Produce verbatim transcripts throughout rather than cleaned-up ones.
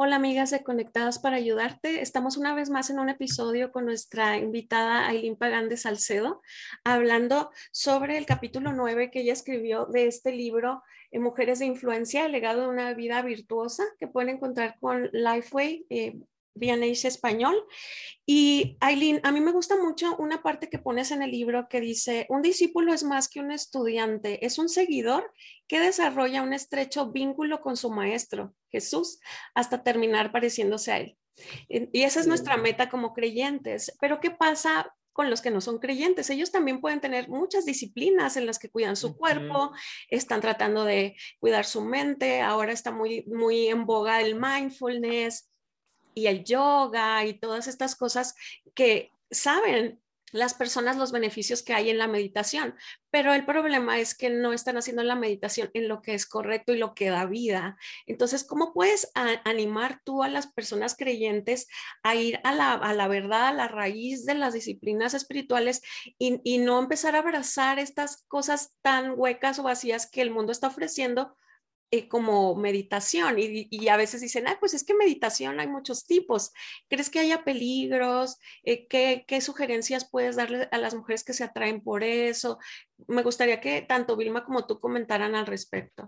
Hola amigas de Conectadas para Ayudarte. Estamos una vez más en un episodio con nuestra invitada Ailín Pagán de Salcedo, hablando sobre el capítulo nueve que ella escribió de este libro, eh, Mujeres de Influencia, el legado de una vida virtuosa, que pueden encontrar con Lifeway, eh, B and H Español. Y Ailín, a mí me gusta mucho una parte que pones en el libro que dice, un discípulo es más que un estudiante, es un seguidor que desarrolla un estrecho vínculo con su maestro, Jesús, hasta terminar pareciéndose a él. Y esa es nuestra Sí. meta como creyentes. Pero ¿qué pasa con los que no son creyentes? Ellos también pueden tener muchas disciplinas en las que cuidan su Ujú. cuerpo, están tratando de cuidar su mente, ahora está muy, muy en boga el mindfulness y el yoga y todas estas cosas que saben las personas los beneficios que hay en la meditación, pero el problema es que no están haciendo la meditación en lo que es correcto y lo que da vida. Entonces, ¿cómo puedes a, animar tú a las personas creyentes a ir a la, a la verdad, a la raíz de las disciplinas espirituales y, y no empezar a abrazar estas cosas tan huecas o vacías que el mundo está ofreciendo? Eh, como meditación y, y, a veces dicen, ah, pues es que meditación hay muchos tipos. ¿Crees que haya peligros? Eh, ¿qué, ¿Qué sugerencias puedes darle a las mujeres que se atraen por eso? Me gustaría que tanto Vilma como tú comentaran al respecto.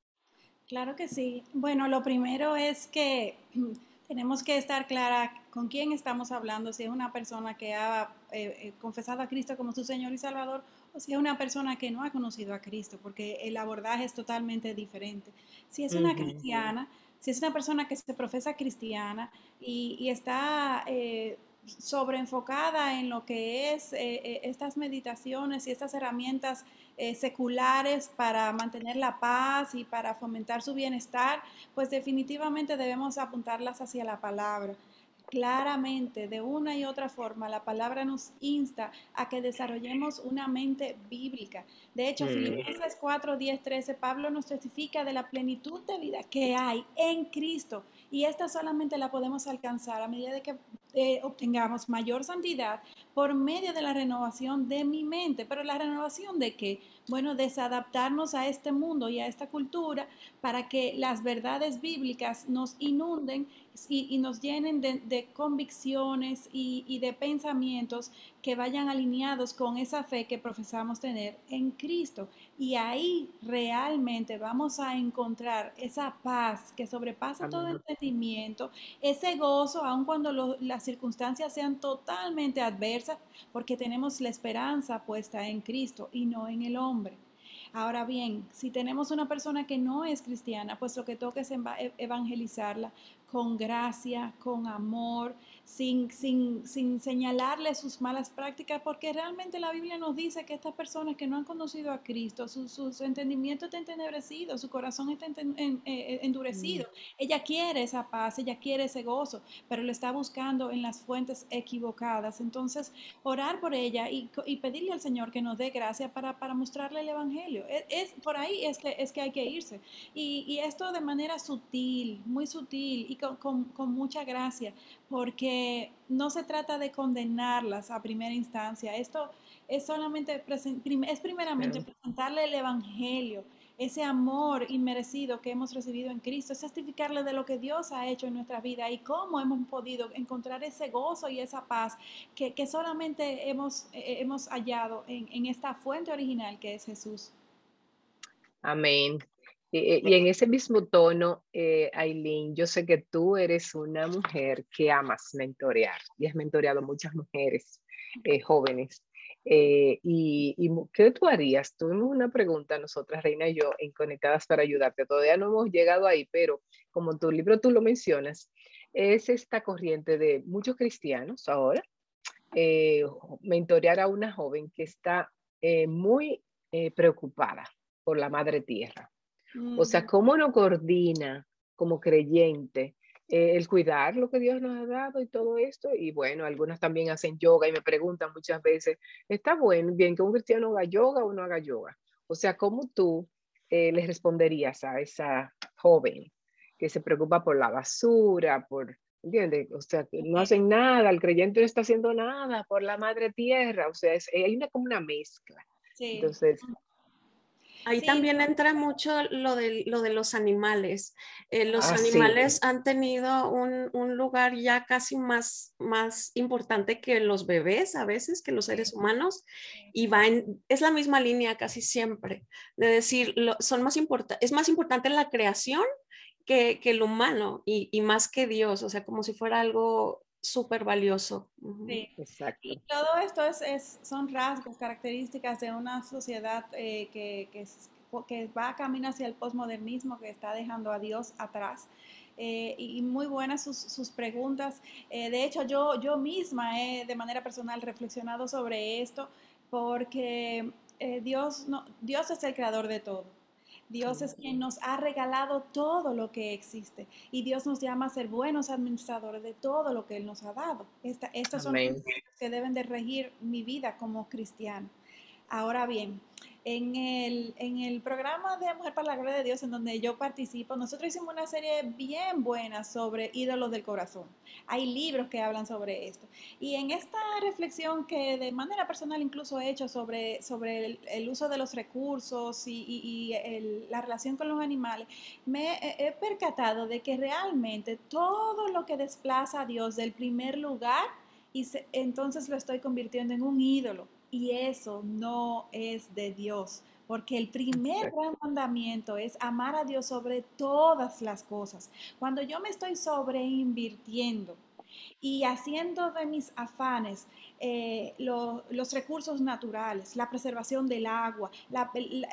Claro que sí. Bueno, lo primero es que tenemos que estar clara con quién estamos hablando, si es una persona que ha eh, eh, confesado a Cristo como su Señor y Salvador o si es una persona que no ha conocido a Cristo, porque el abordaje es totalmente diferente. Si es una Ujú. cristiana, si es una persona que se profesa cristiana y, y está eh, sobreenfocada en lo que es eh, eh, estas meditaciones y estas herramientas eh, seculares para mantener la paz y para fomentar su bienestar, pues definitivamente debemos apuntarlas hacia la palabra. Claramente, de una y otra forma, la palabra nos insta a que desarrollemos una mente bíblica. De hecho, Mm. Filipenses cuatro, diez, trece, Pablo nos testifica de la plenitud de vida que hay en Cristo y esta solamente la podemos alcanzar a medida de que eh, obtengamos mayor santidad por medio de la renovación de mi mente. ¿Pero la renovación de qué? Bueno, desadaptarnos a este mundo y a esta cultura para que las verdades bíblicas nos inunden y, y nos llenen de, de convicciones y, y de pensamientos que vayan alineados con esa fe que profesamos tener en Cristo. Y ahí realmente vamos a encontrar esa paz que sobrepasa todo Amén. entendimiento, ese gozo, aun cuando lo, las circunstancias sean totalmente adversas, porque tenemos la esperanza puesta en Cristo y no en el hombre. Ahora bien, si tenemos una persona que no es cristiana, pues lo que toca es evangelizarla con gracia, con amor, sin, sin, sin señalarle sus malas prácticas, porque realmente la Biblia nos dice que estas personas que no han conocido a Cristo, su, su, su entendimiento está entenebrecido, su corazón está en, en, en, endurecido. Ella quiere esa paz, ella quiere ese gozo, pero lo está buscando en las fuentes equivocadas. Entonces, orar por ella y, y pedirle al Señor que nos dé gracia para, para mostrarle el Evangelio. Es, es, por ahí es que, es que hay que irse. Y, y esto de manera sutil, muy sutil y con, con, con mucha gracia, porque no se trata de condenarlas a primera instancia. Esto es solamente, es primeramente Sí. presentarle el Evangelio, ese amor inmerecido que hemos recibido en Cristo, es testificarle de lo que Dios ha hecho en nuestra vida y cómo hemos podido encontrar ese gozo y esa paz que, que solamente hemos, eh, hemos hallado en, en esta fuente original que es Jesús. Amén. Y, y en ese mismo tono, eh, Ailín, yo sé que tú eres una mujer que amas mentorear y has mentoreado a muchas mujeres eh, jóvenes. Eh, y, y mu- ¿qué tú harías? Tuvimos una pregunta nosotras, Reina y yo, en Conectadas para Ayudarte. Todavía no hemos llegado ahí, pero como tu libro tú lo mencionas, es esta corriente de muchos cristianos ahora, eh, mentorear a una joven que está eh, muy eh, preocupada por la madre tierra. O sea, Mm. ¿cómo uno coordina como creyente eh, el cuidar lo que Dios nos ha dado y todo esto? Y bueno, algunas también hacen yoga y me preguntan muchas veces, ¿está bueno, bien que un cristiano haga yoga o no haga yoga? O sea, ¿cómo tú eh, les responderías a esa joven que se preocupa por la basura, por, ¿entiendes? O sea, que no hacen nada, el creyente no está haciendo nada por la madre tierra, o sea, es, hay una como una mezcla. Sí. Entonces, Ahí Sí, también entra mucho lo de, lo de los animales. Eh, los Ah, sí, animales han tenido un, un lugar ya casi más, más importante que los bebés a veces, que los seres humanos, y va en, es la misma línea casi siempre, de decir, lo, son más importa- es más importante la creación que, que el humano y, y más que Dios, o sea, como si fuera algo súper valioso. Ujú. sí. Y exacto. todo esto es, es- son rasgos, características de una sociedad eh, que, que es- que va camino hacia el posmodernismo, que está dejando a Dios atrás. Eh, y y muy buenas sus, sus preguntas. Eh, de hecho, yo, yo misma he de manera personal reflexionado sobre esto porque eh, Dios, no, Dios es el creador de todo. Dios es quien nos ha regalado todo lo que existe y Dios nos llama a ser buenos administradores de todo lo que Él nos ha dado. Esta, estos son los Amén. principios que deben de regir mi vida como cristiano. Ahora bien, en el, en el programa de Mujer para la Gloria de Dios, en donde yo participo, nosotros hicimos una serie bien buena sobre ídolos del corazón. Hay libros que hablan sobre esto. Y en esta reflexión que de manera personal incluso he hecho sobre, sobre el, el uso de los recursos y, y, y el, la relación con los animales, me he, he percatado de que realmente todo lo que desplaza a Dios del primer lugar, y se, entonces lo estoy convirtiendo en un ídolo. Y eso no es de Dios, porque el primer Exacto. gran mandamiento es amar a Dios sobre todas las cosas. Cuando yo me estoy sobreinvirtiendo y haciendo de mis afanes eh, lo, los recursos naturales, la preservación del agua, la,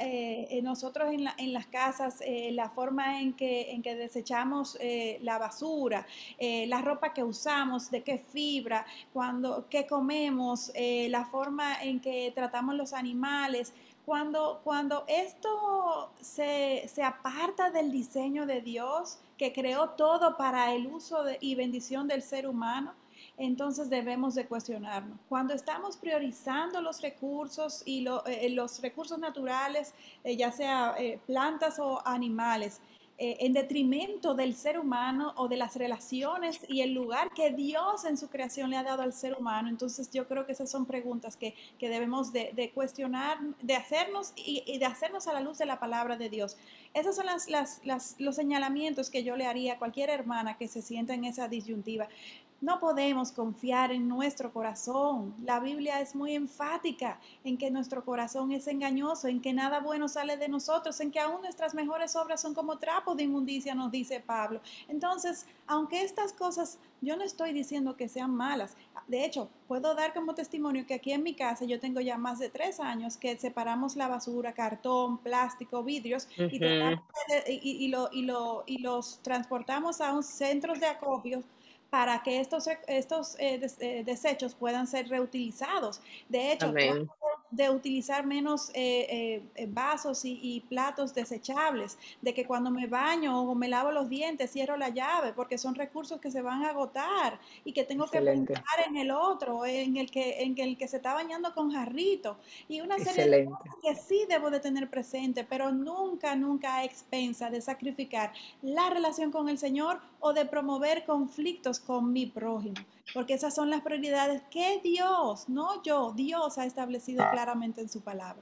eh, nosotros en, la, en, las casas, eh, la forma en que, en que desechamos eh, la basura, eh, la ropa que usamos, de qué fibra, cuando, qué comemos, eh, la forma en que tratamos los animales. Cuando, cuando esto se, se aparta del diseño de Dios, que creó todo para el uso de, y bendición del ser humano, entonces debemos de cuestionarnos. Cuando estamos priorizando los recursos y lo, eh, los recursos naturales, eh, ya sea eh, plantas o animales, eh, en detrimento del ser humano o de las relaciones y el lugar que Dios en su creación le ha dado al ser humano. Entonces yo creo que esas son preguntas que, que debemos de, de, cuestionar, de hacernos y, y, de hacernos a la luz de la palabra de Dios. Esos son las, las, las, los señalamientos que yo le haría a cualquier hermana que se sienta en esa disyuntiva. No podemos confiar en nuestro corazón. La Biblia es muy enfática en que nuestro corazón es engañoso, en que nada bueno sale de nosotros, en que aún nuestras mejores obras son como trapos de inmundicia, nos dice Pablo. Entonces, aunque estas cosas, yo no estoy diciendo que sean malas. De hecho, puedo dar como testimonio que aquí en mi casa yo tengo ya más de tres años que separamos la basura, cartón, plástico, vidrios y, tratamos Ujú. de, y, y, lo, y, lo, y los transportamos a un centros de acopio para que estos, estos eh, des, eh, desechos puedan ser reutilizados. De hecho, trato Amén. de utilizar menos eh, eh, vasos y, y platos desechables, de que cuando me baño o me lavo los dientes cierro la llave, porque son recursos que se van a agotar y que tengo que Excelente. pensar en el otro, en el que, en el que se está bañando con jarrito, y una serie de Excelente. cosas que sí debo de tener presente, pero nunca, nunca a expensa de sacrificar la relación con el Señor o de promover conflictos con mi prójimo, porque esas son las prioridades que Dios, no yo, Dios ha establecido claramente en su palabra.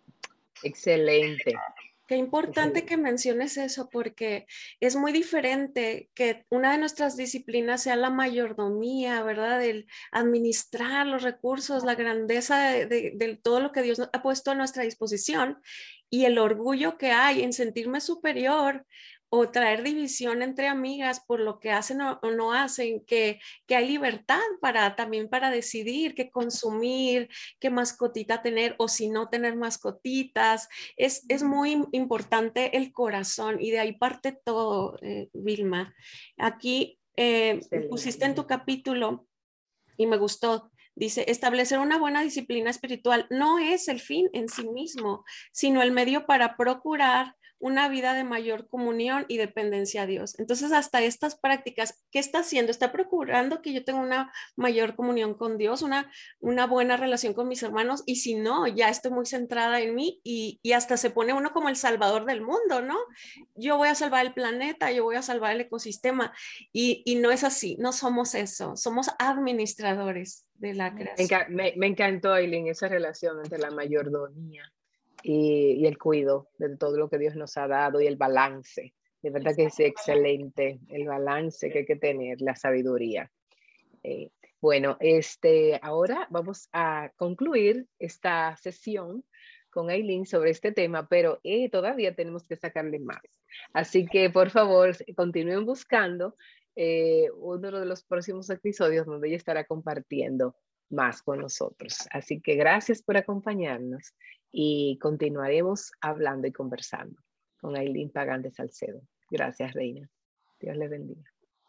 Excelente. Qué importante Excelente. que menciones eso porque es muy diferente que una de nuestras disciplinas sea la mayordomía, ¿verdad? El administrar los recursos, la grandeza de, de, de todo lo que Dios ha puesto a nuestra disposición y el orgullo que hay en sentirme superior o traer división entre amigas por lo que hacen o, o no hacen, que, que hay libertad para también para decidir qué consumir, qué mascotita tener o si no tener mascotitas. Es, es muy importante el corazón y de ahí parte todo, eh, Vilma. Aquí eh, pusiste en Excelente. tu capítulo y me gustó. Dice, establecer una buena disciplina espiritual no es el fin en sí mismo, sino el medio para procurar una vida de mayor comunión y dependencia a Dios. Entonces, hasta estas prácticas, ¿qué está haciendo? Está procurando que yo tenga una mayor comunión con Dios, una, una buena relación con mis hermanos, y si no, ya estoy muy centrada en mí y, y hasta se pone uno como el salvador del mundo, ¿no? Yo voy a salvar el planeta, yo voy a salvar el ecosistema, y, y no es así, no somos eso, somos administradores de la Me, creación. enca me, me encantó, Aileen, esa relación entre la mayordomía y, y el cuidado de todo lo que Dios nos ha dado y el balance. De verdad que es excelente el balance que hay que tener, la sabiduría. Eh, bueno, este, ahora vamos a concluir esta sesión con Aileen sobre este tema, pero eh, todavía tenemos que sacarle más. Así que, por favor, continúen buscando eh, uno de los próximos episodios donde ella estará compartiendo más con nosotros. Así que gracias por acompañarnos y continuaremos hablando y conversando con Aileen Pagán de Salcedo. Gracias, Reina. Dios le bendiga.